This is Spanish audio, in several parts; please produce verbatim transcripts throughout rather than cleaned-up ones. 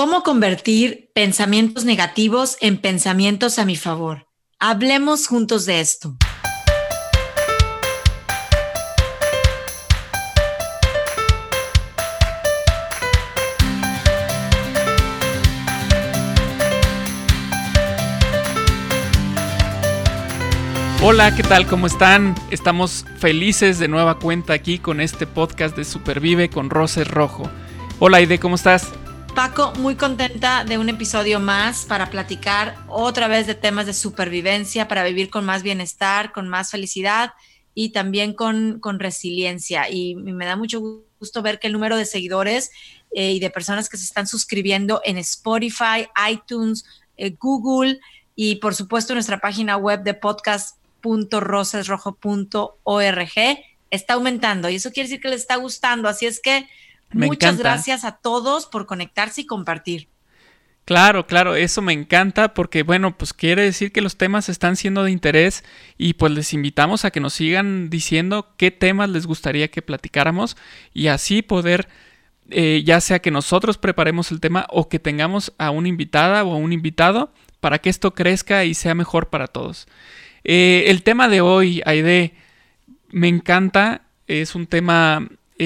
¿Cómo convertir pensamientos negativos en pensamientos a mi favor? Hablemos juntos de esto. Hola, ¿qué tal? ¿Cómo están? Estamos felices de nueva cuenta aquí con este podcast de Supervive con Roces Rojo. Hola, Aide, ¿cómo estás? Paco, muy contenta de un episodio más para platicar otra vez de temas de supervivencia, para vivir con más bienestar, con más felicidad y también con, con resiliencia. Y me da mucho gusto ver que el número de seguidores eh, y de personas que se están suscribiendo en Spotify, iTunes, eh, Google y por supuesto nuestra página web de podcast punto roces rojo punto org está aumentando y eso quiere decir que les está gustando, así es que me muchas encanta. Gracias a todos por conectarse y compartir. Claro, claro, eso me encanta porque bueno, pues quiere decir que los temas están siendo de interés y pues les invitamos a que nos sigan diciendo qué temas les gustaría que platicáramos y así poder, eh, ya sea que nosotros preparemos el tema o que tengamos a una invitada o a un invitado para que esto crezca y sea mejor para todos. Eh, el tema de hoy, Aide, me encanta, es un tema,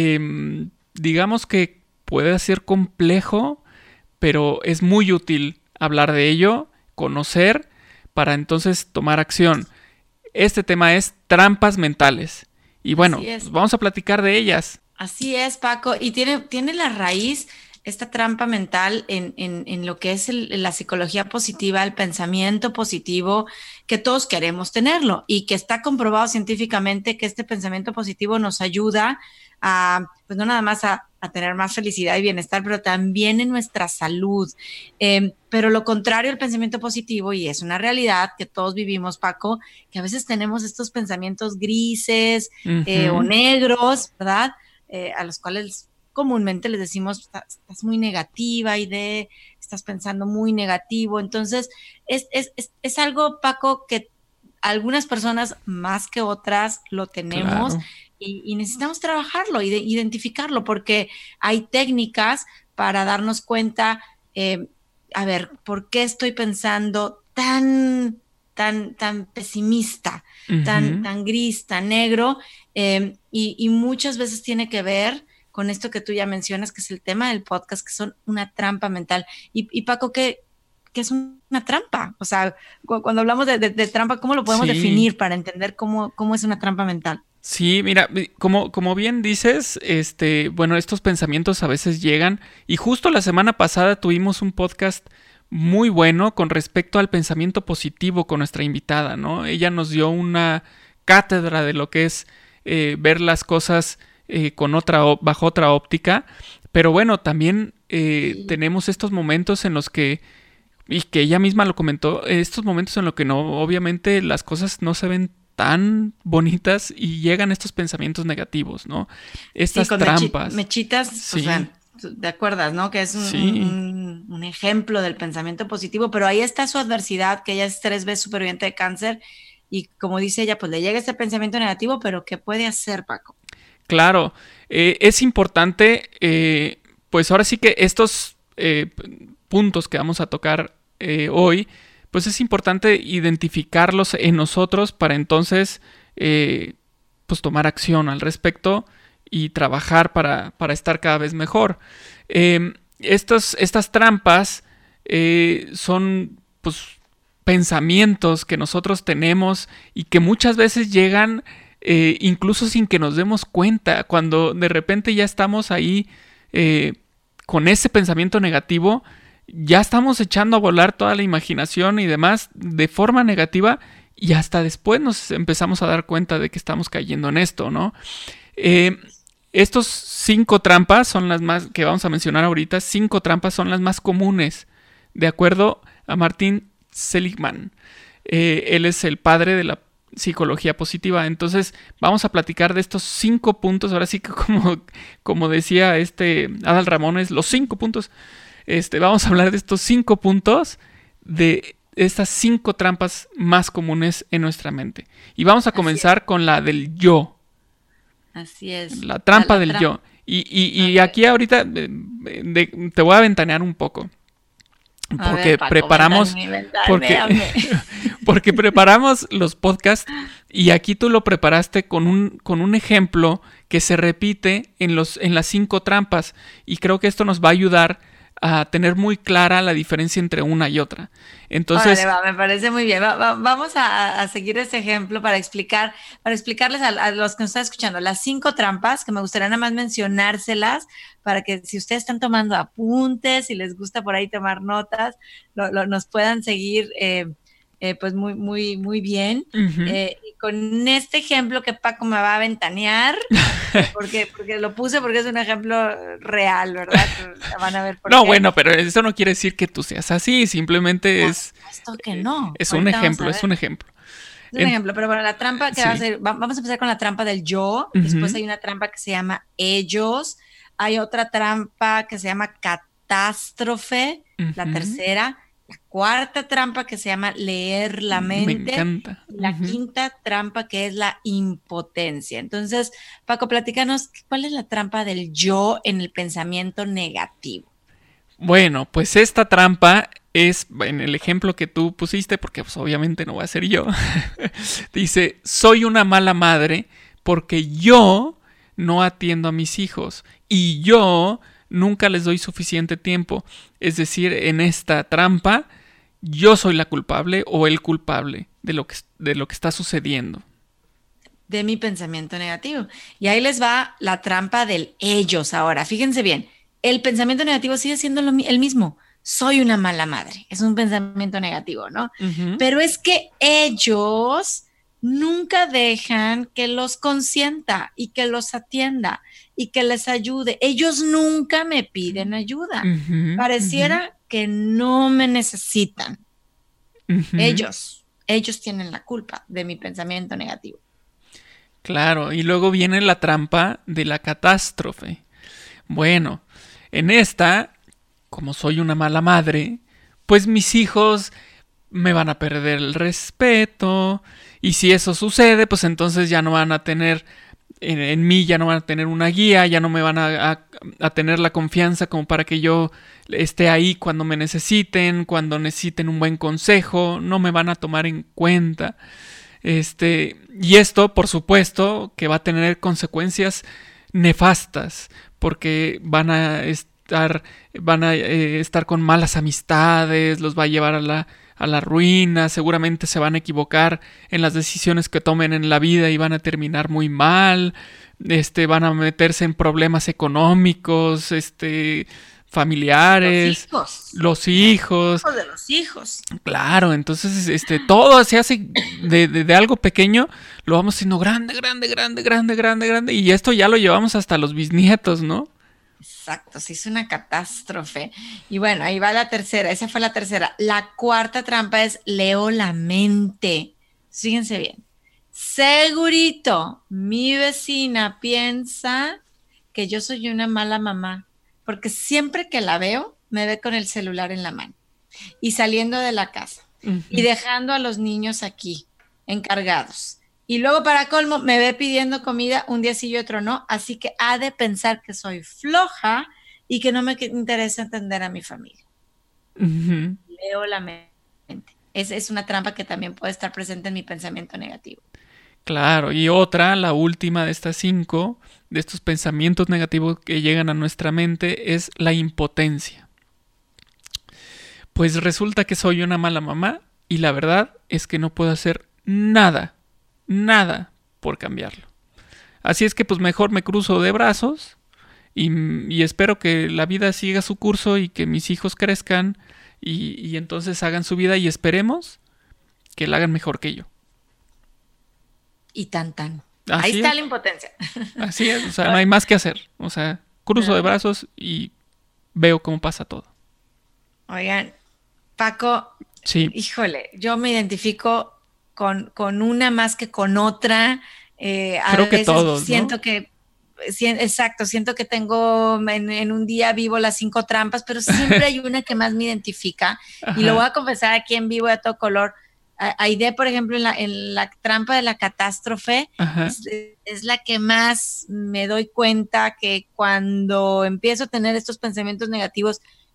eh, digamos que puede ser complejo, pero es muy útil hablar de ello, conocer, para entonces tomar acción. Este tema es trampas mentales y bueno, pues vamos a platicar de ellas. Así es, Paco, y tiene, tiene la raíz esta trampa mental en, en, en lo que es el, la psicología positiva, el pensamiento positivo, que todos queremos tenerlo y que está comprobado científicamente que este pensamiento positivo nos ayuda a, pues no nada más a, a tener más felicidad y bienestar, pero también en nuestra salud. Eh, pero lo contrario al pensamiento positivo, y es una realidad que todos vivimos, Paco, que a veces tenemos estos pensamientos grises uh-huh. eh, o negros, ¿verdad? Eh, a los cuales comúnmente les decimos, estás, estás muy negativa, Aide, estás pensando muy negativo. Entonces, es, es, es, es algo, Paco, que algunas personas más que otras lo tenemos claro. y, y necesitamos trabajarlo y de, identificarlo, porque hay técnicas para darnos cuenta, eh, a ver, ¿por qué estoy pensando tan, tan, tan pesimista, uh-huh. tan, tan gris, tan negro? Eh, y, y muchas veces tiene que ver con esto que tú ya mencionas, que es el tema del podcast, que son una trampa mental. Y, y Paco, ¿qué, ¿qué es una trampa? O sea, cu- cuando hablamos de, de, de trampa, ¿cómo lo podemos sí. definir para entender cómo, cómo es una trampa mental? Sí, mira, como, como bien dices, este, bueno, estos pensamientos a veces llegan, y justo la semana pasada tuvimos un podcast muy bueno con respecto al pensamiento positivo con nuestra invitada, ¿no? Ella nos dio una cátedra de lo que es eh, ver las cosas Eh, con otra bajo otra óptica, pero bueno, también eh, sí. tenemos estos momentos en los que, y que ella misma lo comentó, estos momentos en los que no, obviamente las cosas no se ven tan bonitas y llegan estos pensamientos negativos, ¿no? Estas sí, trampas. Mechi- mechitas, sí. O sea, ¿te acuerdas, no? Que es un, sí. un, un ejemplo del pensamiento positivo, pero ahí está su adversidad, que ella es tres veces superviviente de cáncer y como dice ella, pues le llega este pensamiento negativo, pero ¿qué puede hacer, Paco? Claro, eh, es importante, eh, pues ahora sí que estos eh, puntos que vamos a tocar eh, hoy, pues es importante identificarlos en nosotros para entonces eh, pues tomar acción al respecto y trabajar para, para estar cada vez mejor. Eh, estos, estas trampas eh, son pues pensamientos que nosotros tenemos y que muchas veces llegan Eh, incluso sin que nos demos cuenta, cuando de repente ya estamos ahí eh, con ese pensamiento negativo, ya estamos echando a volar toda la imaginación y demás de forma negativa y hasta después nos empezamos a dar cuenta de que estamos cayendo en esto, ¿no? Eh, estos cinco trampas son las más, que vamos a mencionar ahorita, cinco trampas son las más comunes, de acuerdo a Martin Seligman. Eh, él es el padre de la psicología positiva. Entonces vamos a platicar de estos cinco puntos. Ahora sí que como, como decía este Adal Ramones, los cinco puntos. Este, vamos a hablar de estos cinco puntos, de estas cinco trampas más comunes en nuestra mente. Y vamos a comenzar con la del yo. Así es. La trampa la, la del tra- yo. Y, y, y aquí ahorita de, de, te voy a ventanear un poco. porque ver, Paco, preparamos véndame, véndame, porque, véndame. porque preparamos los podcasts y aquí tú lo preparaste con un, con un ejemplo que se repite en, los, en las cinco trampas y creo que esto nos va a ayudar a tener muy clara la diferencia entre una y otra. Entonces, Órale, va, me parece muy bien. Va, va, vamos a, a, seguir este ejemplo para explicar, para explicarles a, a los que nos están escuchando las cinco trampas, que me gustaría nada más mencionárselas para que si ustedes están tomando apuntes, si les gusta por ahí tomar notas, lo, lo, nos puedan seguir eh, eh, pues muy, muy, muy bien. Uh-huh. Eh, y con este ejemplo que Paco me va a ventanear, porque, porque lo puse porque es un ejemplo real, ¿verdad? Van a ver por no, qué. bueno, pero eso no quiere decir que tú seas así, simplemente por es... Esto que no. Es un ejemplo, es un ejemplo. Es un en, ejemplo, pero bueno, la trampa que sí. va a ser, vamos a empezar con la trampa del yo, uh-huh. Después hay una trampa que se llama ellos, hay otra trampa que se llama catástrofe, uh-huh. La tercera, la cuarta trampa que se llama leer la mente. Me encanta. Y la uh-huh. quinta trampa que es la impotencia. Entonces, Paco, platícanos, ¿cuál es la trampa del yo en el pensamiento negativo? Bueno, pues esta trampa es, en el ejemplo que tú pusiste, porque pues obviamente no voy a ser yo, dice, soy una mala madre porque yo no atiendo a mis hijos y yo nunca les doy suficiente tiempo. Es decir, en esta trampa, yo soy la culpable o el culpable de lo que, de lo que está sucediendo. De mi pensamiento negativo. Y ahí les va la trampa del ellos ahora. Fíjense bien, el pensamiento negativo sigue siendo lo, el mismo. Soy una mala madre. Es un pensamiento negativo, ¿no? Uh-huh. Pero es que ellos nunca dejan que los consienta y que los atienda y que les ayude. Ellos nunca me piden ayuda. Uh-huh. Pareciera uh-huh. que no me necesitan. Uh-huh. Ellos, ellos tienen la culpa de mi pensamiento negativo. Claro, y luego viene la trampa de la catástrofe. Bueno, en esta, como soy una mala madre, pues mis hijos me van a perder el respeto. Y si eso sucede, pues entonces ya no van a tener, en, en mí ya no van a tener una guía, ya no me van a, a, a tener la confianza como para que yo esté ahí cuando me necesiten, cuando necesiten un buen consejo, no me van a tomar en cuenta. Este, y esto, por supuesto, que va a tener consecuencias nefastas, porque van a estar, van a eh, estar con malas amistades, los va a llevar a la, a la ruina, seguramente se van a equivocar en las decisiones que tomen en la vida y van a terminar muy mal, este, van a meterse en problemas económicos, este... familiares, los hijos, los hijos, hijos de los hijos. Claro, entonces este todo se hace de, de, de algo pequeño, lo vamos haciendo grande, grande, grande, grande, grande, grande, y esto ya lo llevamos hasta los bisnietos, ¿no? Exacto, sí es una catástrofe. Y bueno, ahí va la tercera, esa fue la tercera. La cuarta trampa es leo la mente. Fíjense bien. Segurito, mi vecina piensa que yo soy una mala mamá. Porque siempre que la veo, me ve con el celular en la mano y saliendo de la casa uh-huh. y dejando a los niños aquí encargados. Y luego para colmo me ve pidiendo comida un día sí y otro no, así que ha de pensar que soy floja y que no me interesa atender a mi familia. Uh-huh. Leo la mente. Es, es una trampa que también puede estar presente en mi pensamiento negativo. Claro, y otra, la última de estas cinco, de estos pensamientos negativos que llegan a nuestra mente, es la impotencia. Pues resulta que soy una mala mamá y la verdad es que no puedo hacer nada, nada por cambiarlo. Así es que pues mejor me cruzo de brazos y, y espero que la vida siga su curso y que mis hijos crezcan y, y entonces hagan su vida y esperemos que la hagan mejor que yo. Y tan tan. Así Ahí está es. La impotencia. Así es, o sea, no hay más que hacer. O sea, cruzo no. de brazos y veo cómo pasa todo. Oigan, Paco, sí. híjole, yo me identifico con, con una más que con otra. Eh, a Creo veces que todos, siento ¿no? que, si, exacto, siento que tengo en, en un día vivo las cinco trampas, pero siempre hay una que más me identifica. Ajá. Y lo voy a confesar aquí en vivo y a todo color. Aide, por ejemplo, en la, en la trampa de la catástrofe, es, es la que más me doy cuenta que cuando empiezo a tener estos pensamientos negativos,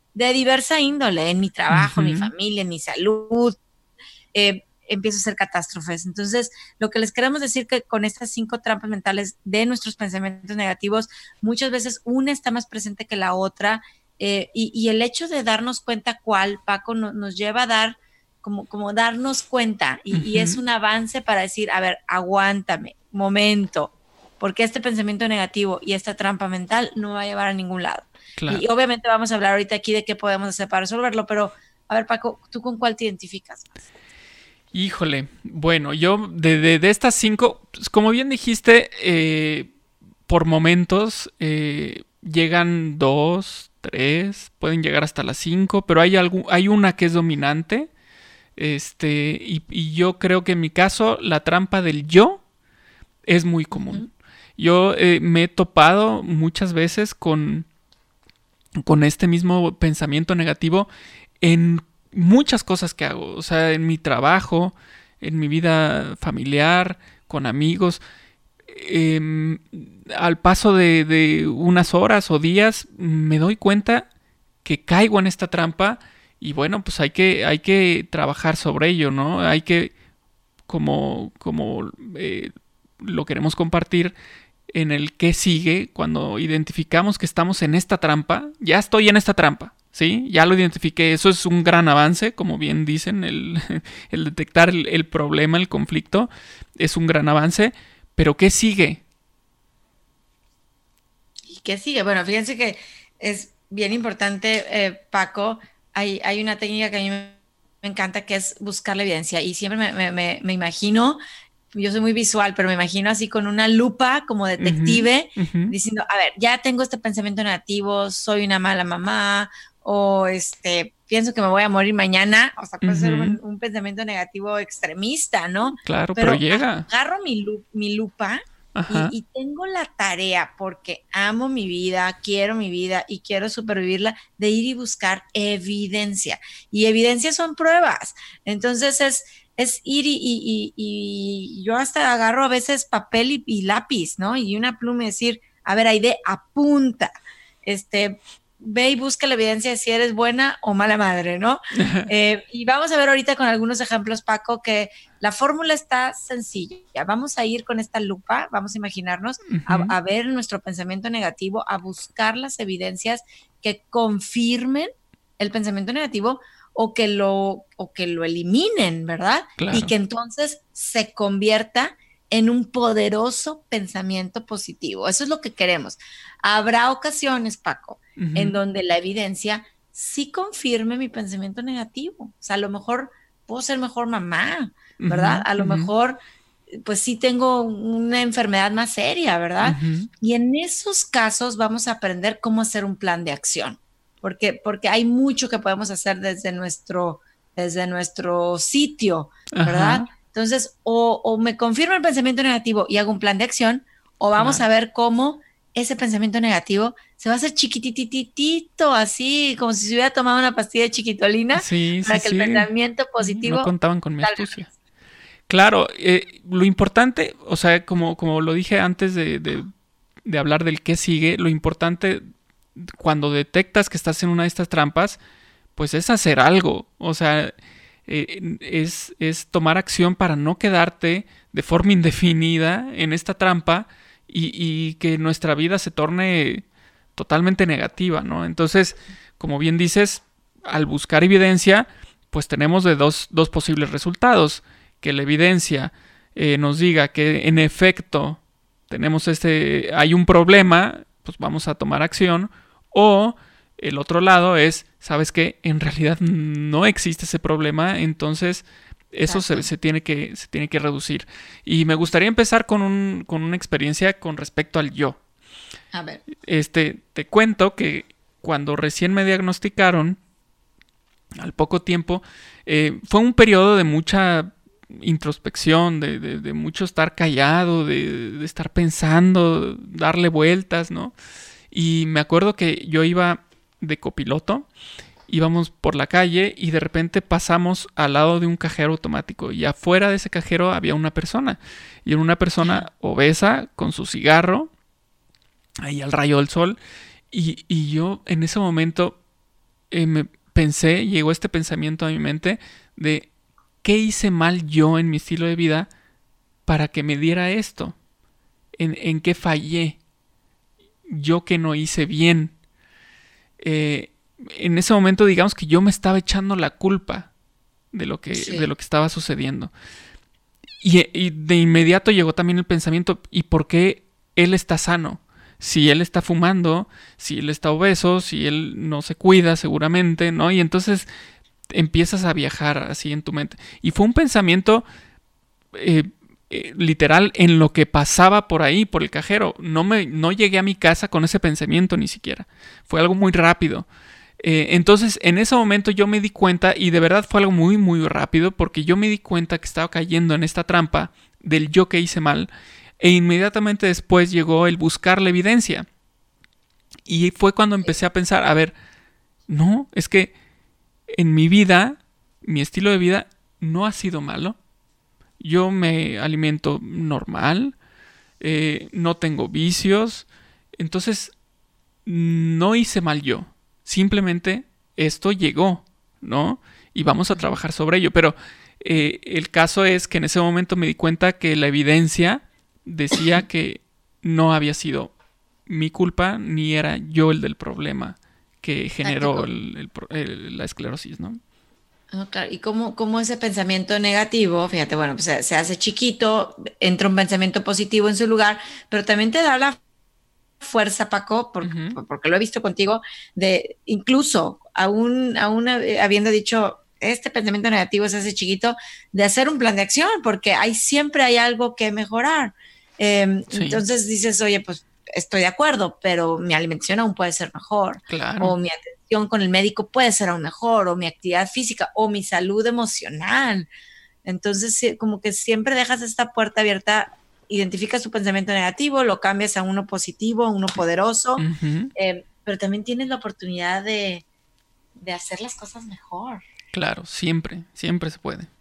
de diversa índole, en mi trabajo, uh-huh. en mi familia, en mi salud, eh, empiezo a hacer catástrofes. Entonces, lo que les queremos decir que con estas cinco trampas mentales de nuestros pensamientos negativos, muchas veces una está más presente que la otra, eh, y, y el hecho de darnos cuenta cuál, Paco, no, nos lleva a dar, como, como darnos cuenta, y, uh-huh. y es un avance para decir, a ver, aguántame, momento, porque este pensamiento negativo y esta trampa mental no va a llevar a ningún lado. Claro. Y, y obviamente vamos a hablar ahorita aquí de qué podemos hacer para resolverlo, pero a ver, Paco, ¿tú con cuál te identificas más? Híjole, bueno, yo de, de, de estas cinco, pues como bien dijiste, eh, por momentos eh, llegan dos, tres, pueden llegar hasta las cinco, pero hay, algún, hay una que es dominante, este, y, y yo creo que en mi caso la trampa del yo es muy común. Uh-huh. Yo eh, me he topado muchas veces con, con este mismo pensamiento negativo en muchas cosas que hago, o sea, en mi trabajo, en mi vida familiar, con amigos. Eh, al paso de, de unas horas o días me doy cuenta que caigo en esta trampa y bueno, pues hay que, hay que trabajar sobre ello, ¿no? Hay que, como, como eh, lo queremos compartir en el qué sigue, cuando identificamos que estamos en esta trampa, ya estoy en esta trampa. Sí, ya lo identifiqué, eso es un gran avance, como bien dicen, el, el detectar el, el problema, el conflicto, es un gran avance, pero ¿qué sigue? ¿Y qué sigue? Bueno, fíjense que es bien importante, eh, Paco, hay, hay una técnica que a mí me, me encanta, que es buscar la evidencia, y siempre me, me, me, me imagino, yo soy muy visual, pero me imagino así con una lupa como detective, uh-huh, uh-huh. diciendo, a ver, ya tengo este pensamiento negativo, soy una mala mamá, o este, pienso que me voy a morir mañana, o sea, puede uh-huh. ser un, un pensamiento negativo extremista, ¿no? Claro, pero, pero llega. Agarro mi, lu- mi lupa y, y tengo la tarea, porque amo mi vida, quiero mi vida y quiero supervivirla, de ir y buscar evidencia. Y evidencia son pruebas. Entonces es, es ir y, y, y, y yo hasta agarro a veces papel y, y lápiz, ¿no? Y una pluma y decir, a ver, Aide, apunta, este... ve y busca la evidencia de si eres buena o mala madre, ¿no? eh, y vamos a ver ahorita con algunos ejemplos, Paco, que la fórmula está sencilla. Vamos a ir con esta lupa, vamos a imaginarnos, uh-huh. a, a ver nuestro pensamiento negativo, a buscar las evidencias que confirmen el pensamiento negativo o que lo, o que lo eliminen, ¿verdad? Claro. Y que entonces se convierta en un poderoso pensamiento positivo. Eso es lo que queremos. Habrá ocasiones, Paco, uh-huh. en donde la evidencia sí confirme mi pensamiento negativo. O sea, a lo mejor puedo ser mejor mamá, ¿verdad? Uh-huh. A lo uh-huh. mejor, pues sí tengo una enfermedad más seria, ¿verdad? Uh-huh. Y en esos casos vamos a aprender cómo hacer un plan de acción. Porque, porque hay mucho que podemos hacer desde nuestro, desde nuestro sitio, ¿verdad? Uh-huh. Entonces, o, o me confirma el pensamiento negativo y hago un plan de acción, o vamos claro. a ver cómo ese pensamiento negativo se va a hacer chiquitititito, así como si se hubiera tomado una pastilla de chiquitolina, sí, para sí, que sí. el pensamiento positivo... No contaban con mi astucia. Claro, eh, lo importante, o sea, como, como lo dije antes de, de, de hablar del qué sigue, lo importante cuando detectas que estás en una de estas trampas, pues es hacer algo, o sea... Eh, es, es tomar acción para no quedarte de forma indefinida en esta trampa y, y que nuestra vida se torne totalmente negativa, ¿no? Entonces, como bien dices, al buscar evidencia, pues tenemos de dos, dos posibles resultados. Que la evidencia eh, nos diga que en efecto tenemos este, hay un problema, pues vamos a tomar acción, o el otro lado es, ¿sabes qué? En realidad no existe ese problema, entonces eso se, se, tiene que, se tiene que reducir. Y me gustaría empezar con, un, con una experiencia con respecto al yo. A ver. Este, te cuento que cuando recién me diagnosticaron, al poco tiempo, eh, fue un periodo de mucha introspección, de, de, de mucho estar callado, de, de estar pensando, darle vueltas, ¿no? Y me acuerdo que yo iba de copiloto, íbamos por la calle y de repente pasamos al lado de un cajero automático y afuera de ese cajero había una persona, y era una persona obesa con su cigarro ahí al rayo del sol, y, y yo en ese momento eh, me pensé, llegó este pensamiento a mi mente de ¿qué hice mal yo en mi estilo de vida para que me diera esto? ¿En, en qué fallé? Yo que no hice bien. Eh, en ese momento, digamos que yo me estaba echando la culpa de lo que, Sí. de lo que estaba sucediendo. Y, y de inmediato llegó también el pensamiento, ¿y por qué él está sano? Si él está fumando, si él está obeso, si él no se cuida seguramente, ¿no? Y entonces empiezas a viajar así en tu mente. Y fue un pensamiento eh, eh, literal en lo que pasaba por ahí, por el cajero. No, me, no llegué a mi casa con ese pensamiento ni siquiera. Fue algo muy rápido. Eh, entonces, en ese momento yo me di cuenta, y de verdad fue algo muy, muy rápido, porque yo me di cuenta que estaba cayendo en esta trampa del yo que hice mal, e inmediatamente después llegó el buscar la evidencia. Y fue cuando empecé a pensar, a ver, no, es que en mi vida, mi estilo de vida no ha sido malo. Yo me alimento normal, eh, no tengo vicios, entonces no hice mal yo. Simplemente esto llegó, ¿no? Y vamos a trabajar sobre ello. Pero eh, el caso es que en ese momento me di cuenta que la evidencia decía que no había sido mi culpa, ni era yo el del problema que generó Exacto. el, el, el, la esclerosis, ¿no? Ah, claro. Y cómo, cómo ese pensamiento negativo, fíjate, bueno, pues se, se hace chiquito, entra un pensamiento positivo en su lugar, pero también te da la fuerza, Paco, porque, Uh-huh. porque lo he visto contigo, de incluso aún, aún habiendo dicho este pensamiento negativo se hace chiquito, de hacer un plan de acción, porque hay, siempre hay algo que mejorar. Eh, Sí. entonces dices, oye, pues estoy de acuerdo, pero mi alimentación aún puede ser mejor, Claro. o mi atención con el médico puede ser aún mejor, o mi actividad física, o mi salud emocional. Entonces, como que siempre dejas esta puerta abierta, identificas tu pensamiento negativo, lo cambias a uno positivo, a uno poderoso, Uh-huh. eh, pero también tienes la oportunidad de, de hacer las cosas mejor. Claro, siempre, siempre se puede.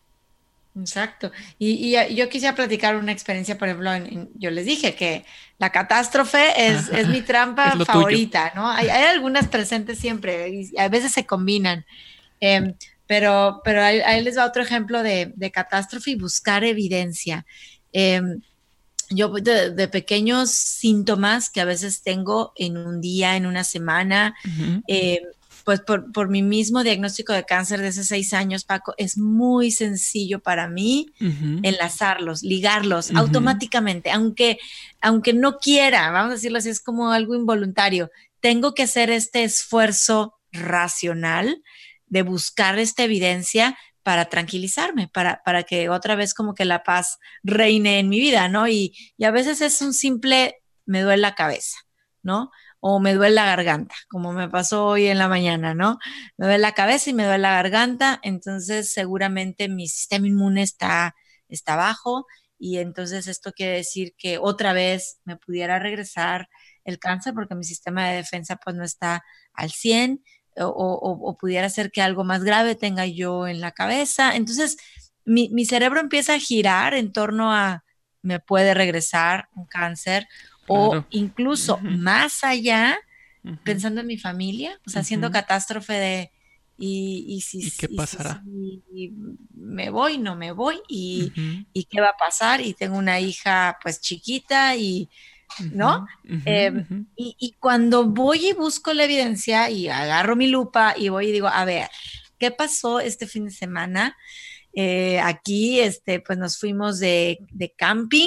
Exacto. Y, y yo quisiera platicar una experiencia, por ejemplo, en, en, yo les dije que la catástrofe es, es mi trampa es favorita, tuyo. ¿no? Hay, hay, algunas presentes siempre y a veces se combinan. Eh, pero, pero ahí, ahí, les va otro ejemplo de, de catástrofe y buscar evidencia. Eh, yo de, de, pequeños síntomas que a veces tengo en un día, en una semana, uh-huh. eh, pues por, por mi mismo diagnóstico de cáncer de hace seis años, Paco, es muy sencillo para mí uh-huh. enlazarlos, ligarlos uh-huh. automáticamente, aunque, aunque no quiera, vamos a decirlo así, es como algo involuntario. Tengo que hacer este esfuerzo racional de buscar esta evidencia para tranquilizarme, para, para que otra vez como que la paz reine en mi vida, ¿no? Y, y a veces es un simple, me duele la cabeza, ¿no? O me duele la garganta, como me pasó hoy en la mañana, ¿no? Me duele la cabeza y me duele la garganta, entonces seguramente mi sistema inmune está, está bajo y entonces esto quiere decir que otra vez me pudiera regresar el cáncer porque mi sistema de defensa pues no está al cien. O, o, o pudiera ser que algo más grave tenga yo en la cabeza. Entonces, mi, mi cerebro empieza a girar en torno a, me puede regresar un cáncer, claro. O incluso uh-huh. más allá, uh-huh. pensando en mi familia, o sea, uh-huh. haciendo catástrofe de, y, y si, ¿Y qué y pasará? Si, y me voy, no me voy, y, uh-huh. y qué va a pasar, y tengo una hija pues chiquita, y ¿no? Uh-huh, eh, uh-huh. Y, y cuando voy y busco la evidencia y agarro mi lupa y voy y digo, a ver, ¿qué pasó este fin de semana? Eh, aquí, este, pues nos fuimos de, de camping,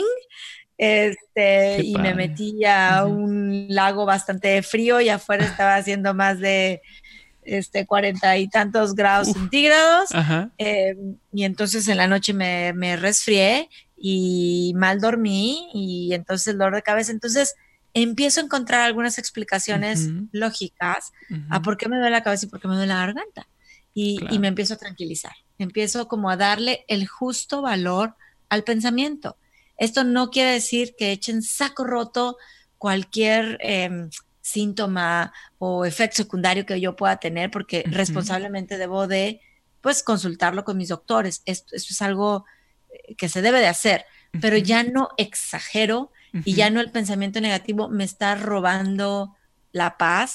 este, y me metí a uh-huh. un lago bastante frío y afuera estaba haciendo más de este, cuarenta y tantos grados Uf. centígrados, uh-huh. eh, y entonces en la noche me, me resfrié y mal dormí y entonces el dolor de cabeza, entonces empiezo a encontrar algunas explicaciones uh-huh. lógicas uh-huh. a por qué me duele la cabeza y por qué me duele la garganta y, claro. y me empiezo a tranquilizar, empiezo como a darle el justo valor al pensamiento. Esto no quiere decir que echen saco roto cualquier eh, síntoma o efecto secundario que yo pueda tener, porque uh-huh. responsablemente debo de pues consultarlo con mis doctores. Esto, esto es algo que se debe de hacer, uh-huh. pero ya no exagero uh-huh. y ya no el pensamiento negativo me está robando la paz.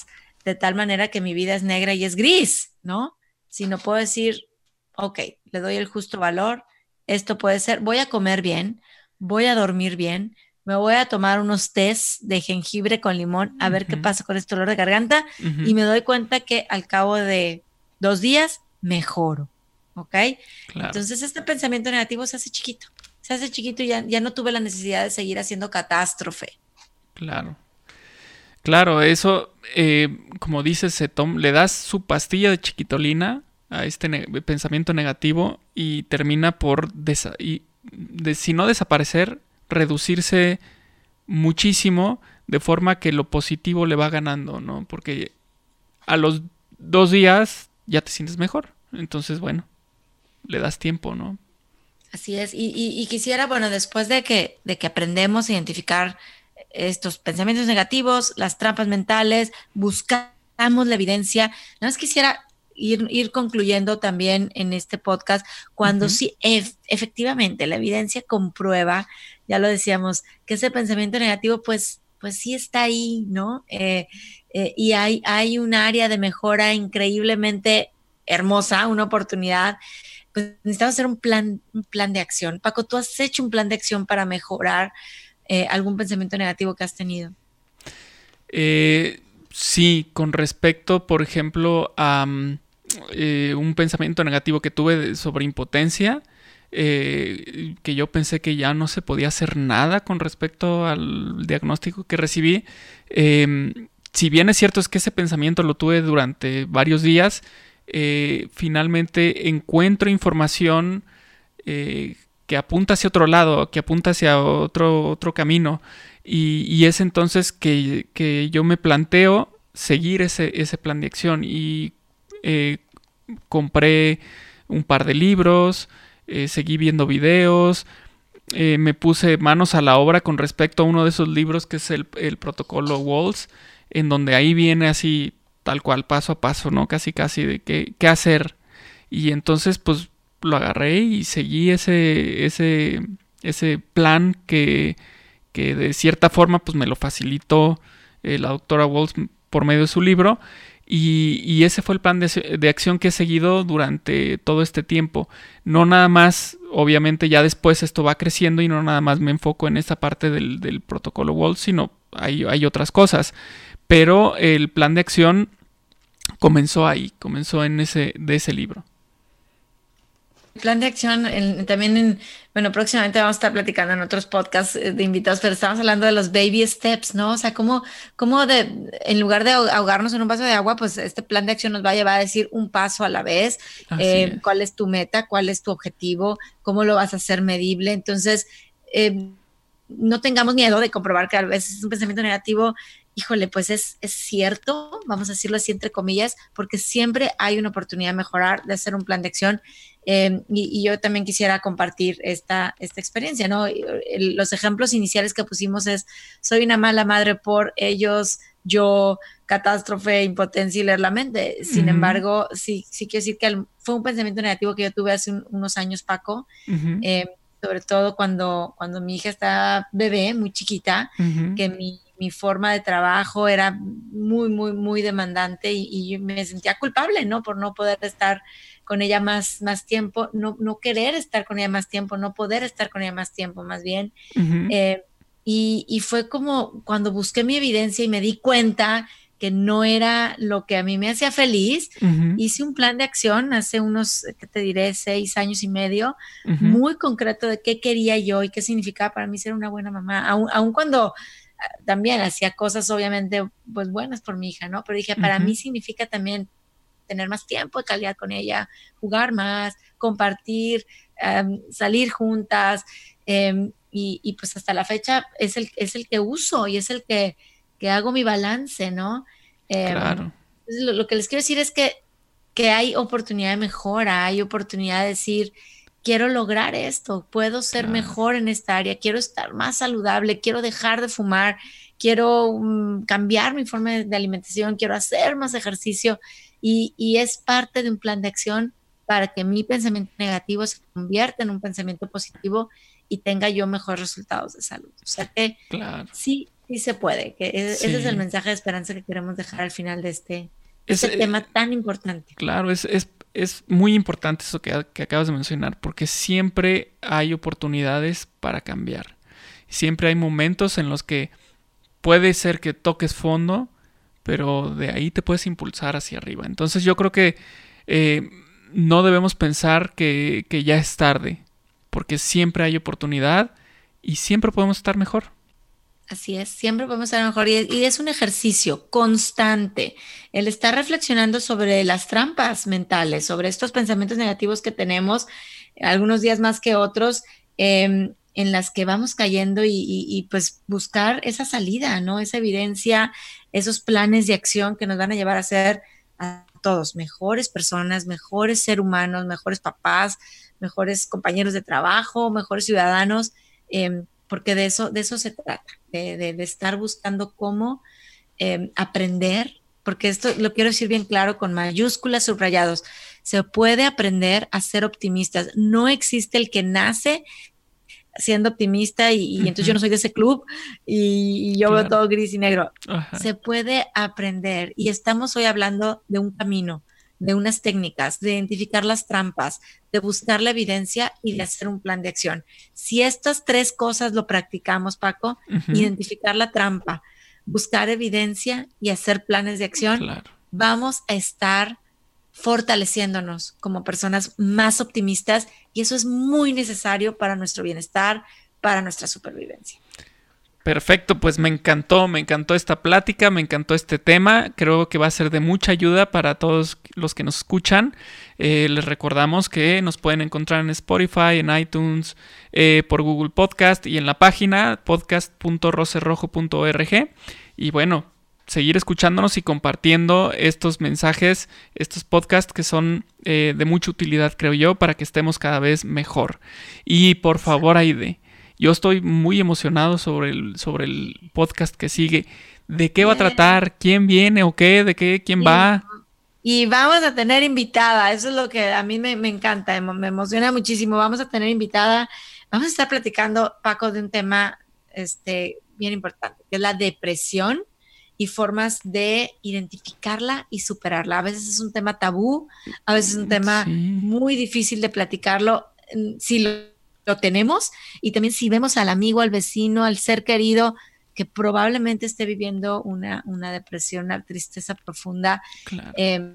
de tal manera que mi vida es negra y es gris, ¿no? Sino puedo decir, ok, le doy el justo valor, esto puede ser, voy a comer bien, voy a dormir bien, me voy a tomar unos tés de jengibre con limón a ver uh-huh. qué pasa con este dolor de garganta uh-huh. y me doy cuenta que al cabo de dos días mejoro, ¿ok? Claro. Entonces este pensamiento negativo se hace chiquito, se hace chiquito y ya, ya no tuve la necesidad de seguir haciendo catástrofe. Claro. Claro, eso, eh, como dices, se tom- le das su pastilla de chiquitolina a este ne- pensamiento negativo y termina por, desa- y de, si no desaparecer, reducirse muchísimo, de forma que lo positivo le va ganando, ¿no? Porque a los dos días ya te sientes mejor. Entonces, bueno, le das tiempo, ¿no? Así es. Y, y, y quisiera, bueno, después de que, de que aprendemos a identificar estos pensamientos negativos, las trampas mentales, buscamos la evidencia. Nada más quisiera ir, ir concluyendo también en este podcast cuando uh-huh. sí ef- efectivamente la evidencia comprueba, ya lo decíamos, que ese pensamiento negativo pues, pues sí está ahí, ¿no? Eh, eh, y hay, hay un área de mejora increíblemente hermosa, una oportunidad. Pues necesitamos hacer un plan, un plan de acción. Paco, ¿tú has hecho un plan de acción para mejorar Eh, algún pensamiento negativo que has tenido? Eh, sí, con respecto, por ejemplo, a um, eh, un pensamiento negativo que tuve de, sobre impotencia, eh, que yo pensé que ya no se podía hacer nada con respecto al diagnóstico que recibí. Eh, si bien es cierto es que ese pensamiento lo tuve durante varios días, eh, finalmente encuentro información eh, que apunta hacia otro lado, que apunta hacia otro, otro camino. Y, y es entonces que, que yo me planteo seguir ese, ese plan de acción. Y eh, compré un par de libros, eh, seguí viendo videos, eh, me puse manos a la obra con respecto a uno de esos libros que es el, el protocolo Walls, en donde ahí viene así, tal cual, paso a paso, ¿no? Casi, casi de qué, qué hacer. Y entonces, pues, lo agarré y seguí ese, ese, ese plan que, que de cierta forma pues me lo facilitó eh, la doctora Walls por medio de su libro y, y ese fue el plan de, de acción que he seguido durante todo este tiempo. No nada más, obviamente ya después esto va creciendo y no nada más me enfoco en esa parte del, del protocolo Walls, sino hay, hay otras cosas. Pero el plan de acción comenzó ahí, comenzó en ese, de ese libro. Plan de acción, en, también en, bueno, próximamente vamos a estar platicando en otros podcasts de invitados, pero estamos hablando de los baby steps, ¿no? O sea, cómo, cómo de, en lugar de ahogarnos en un vaso de agua, pues este plan de acción nos va a llevar a decir un paso a la vez, eh, es. cuál es tu meta, cuál es tu objetivo, cómo lo vas a hacer medible. Entonces, eh, no tengamos miedo de comprobar que a veces es un pensamiento negativo. Híjole, pues es, es cierto, vamos a decirlo así entre comillas, porque siempre hay una oportunidad de mejorar, de hacer un plan de acción. Eh, y, y yo también quisiera compartir esta, esta experiencia, ¿no? El, los ejemplos iniciales que pusimos es, soy una mala madre por ellos, yo, catástrofe, impotencia y leer la mente. Sin uh-huh. embargo, sí, sí quiero decir que el, fue un pensamiento negativo que yo tuve hace un, unos años, Paco, uh-huh. eh, sobre todo cuando, cuando mi hija estaba bebé, muy chiquita, uh-huh. que mi mi forma de trabajo era muy, muy, muy demandante y, y yo me sentía culpable, ¿no? Por no poder estar con ella más, más tiempo, no, no querer estar con ella más tiempo, no poder estar con ella más tiempo, más bien. Uh-huh. Eh, y, y fue como cuando busqué mi evidencia y me di cuenta que no era lo que a mí me hacía feliz, uh-huh. hice un plan de acción hace unos, ¿qué te diré?, seis años y medio, uh-huh. muy concreto de qué quería yo y qué significaba para mí ser una buena mamá, aun, aun cuando también hacía cosas obviamente pues buenas por mi hija, ¿no? Pero dije, para uh-huh. mí significa también tener más tiempo de calidad con ella, jugar más, compartir, um, salir juntas, um, y, y pues hasta la fecha es el, es el que uso y es el que, que hago mi balance, ¿no? Um, claro. Lo, lo que les quiero decir es que, que hay oportunidad de mejora, hay oportunidad de decir, quiero lograr esto, puedo ser claro. mejor en esta área, quiero estar más saludable, quiero dejar de fumar, quiero um, cambiar mi forma de, de alimentación, quiero hacer más ejercicio y, y es parte de un plan de acción para que mi pensamiento negativo se convierta en un pensamiento positivo y tenga yo mejores resultados de salud. O sea que claro. sí, sí se puede, que e- Sí. ese es el mensaje de esperanza que queremos dejar al final de este, Es, este eh, tema tan importante. Claro, es, es, es muy importante eso que, que acabas de mencionar, porque siempre hay oportunidades para cambiar. Siempre hay momentos en los que puede ser que toques fondo, pero de ahí te puedes impulsar hacia arriba. Entonces yo creo que eh, no debemos pensar que, que ya es tarde, porque siempre hay oportunidad y siempre podemos estar mejor. Así es, siempre podemos estar mejor y, y es un ejercicio constante el estar reflexionando sobre las trampas mentales, sobre estos pensamientos negativos que tenemos, algunos días más que otros, eh, en las que vamos cayendo y, y, y pues buscar esa salida, ¿no? Esa evidencia, esos planes de acción que nos van a llevar a ser a todos mejores personas, mejores seres humanos, mejores papás, mejores compañeros de trabajo, mejores ciudadanos. Eh, porque de eso, de eso se trata, de, de, de estar buscando cómo eh, aprender, porque esto lo quiero decir bien claro con mayúsculas subrayados, se puede aprender a ser optimistas, no existe el que nace siendo optimista y, y entonces yo no soy de ese club y, y yo Claro. veo todo gris y negro. Ajá. Se puede aprender y estamos hoy hablando de un camino, de unas técnicas, de identificar las trampas, de buscar la evidencia y de hacer un plan de acción. Si estas tres cosas lo practicamos, Paco, Ujú. identificar la trampa, buscar evidencia y hacer planes de acción, Claro. vamos a estar fortaleciéndonos como personas más optimistas y eso es muy necesario para nuestro bienestar, para nuestra supervivencia. Perfecto, pues me encantó, me encantó esta plática, me encantó este tema, creo que va a ser de mucha ayuda para todos los que nos escuchan. Eh, les recordamos que nos pueden encontrar en Spotify, en iTunes, eh, por Google Podcast y en la página podcast punto rocerrojo punto org. Y bueno, seguir escuchándonos y compartiendo estos mensajes, estos podcasts que son eh, de mucha utilidad, creo yo, para que estemos cada vez mejor. Y por favor, Aide, yo estoy muy emocionado sobre el, sobre el podcast que sigue. ¿De qué va a tratar? ¿Quién viene o qué? ¿De qué? ¿Quién va? Y vamos a tener invitada, eso es lo que a mí me, me encanta, me emociona muchísimo. Vamos a tener invitada, vamos a estar platicando, Paco, de un tema este, bien importante, que es la depresión y formas de identificarla y superarla. A veces es un tema tabú, a veces es un tema Sí. muy difícil de platicarlo. Si lo, lo tenemos y también si vemos al amigo, al vecino, al ser querido que probablemente esté viviendo una, una depresión, una tristeza profunda, Claro. eh,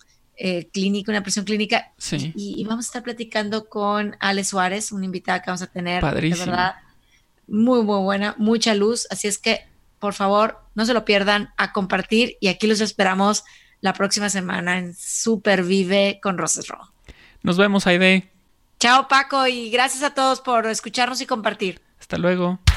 eh, clínica, una depresión clínica. Sí. Y, y vamos a estar platicando con Ale Suárez, una invitada que vamos a tener, Padrísimo. de verdad, muy, muy buena, mucha luz. Así es que, por favor, no se lo pierdan, a compartir y aquí los esperamos la próxima semana en Supervive con Roses Rojo. Nos vemos, Aide. Chao, Paco, y gracias a todos por escucharnos y compartir. Hasta luego.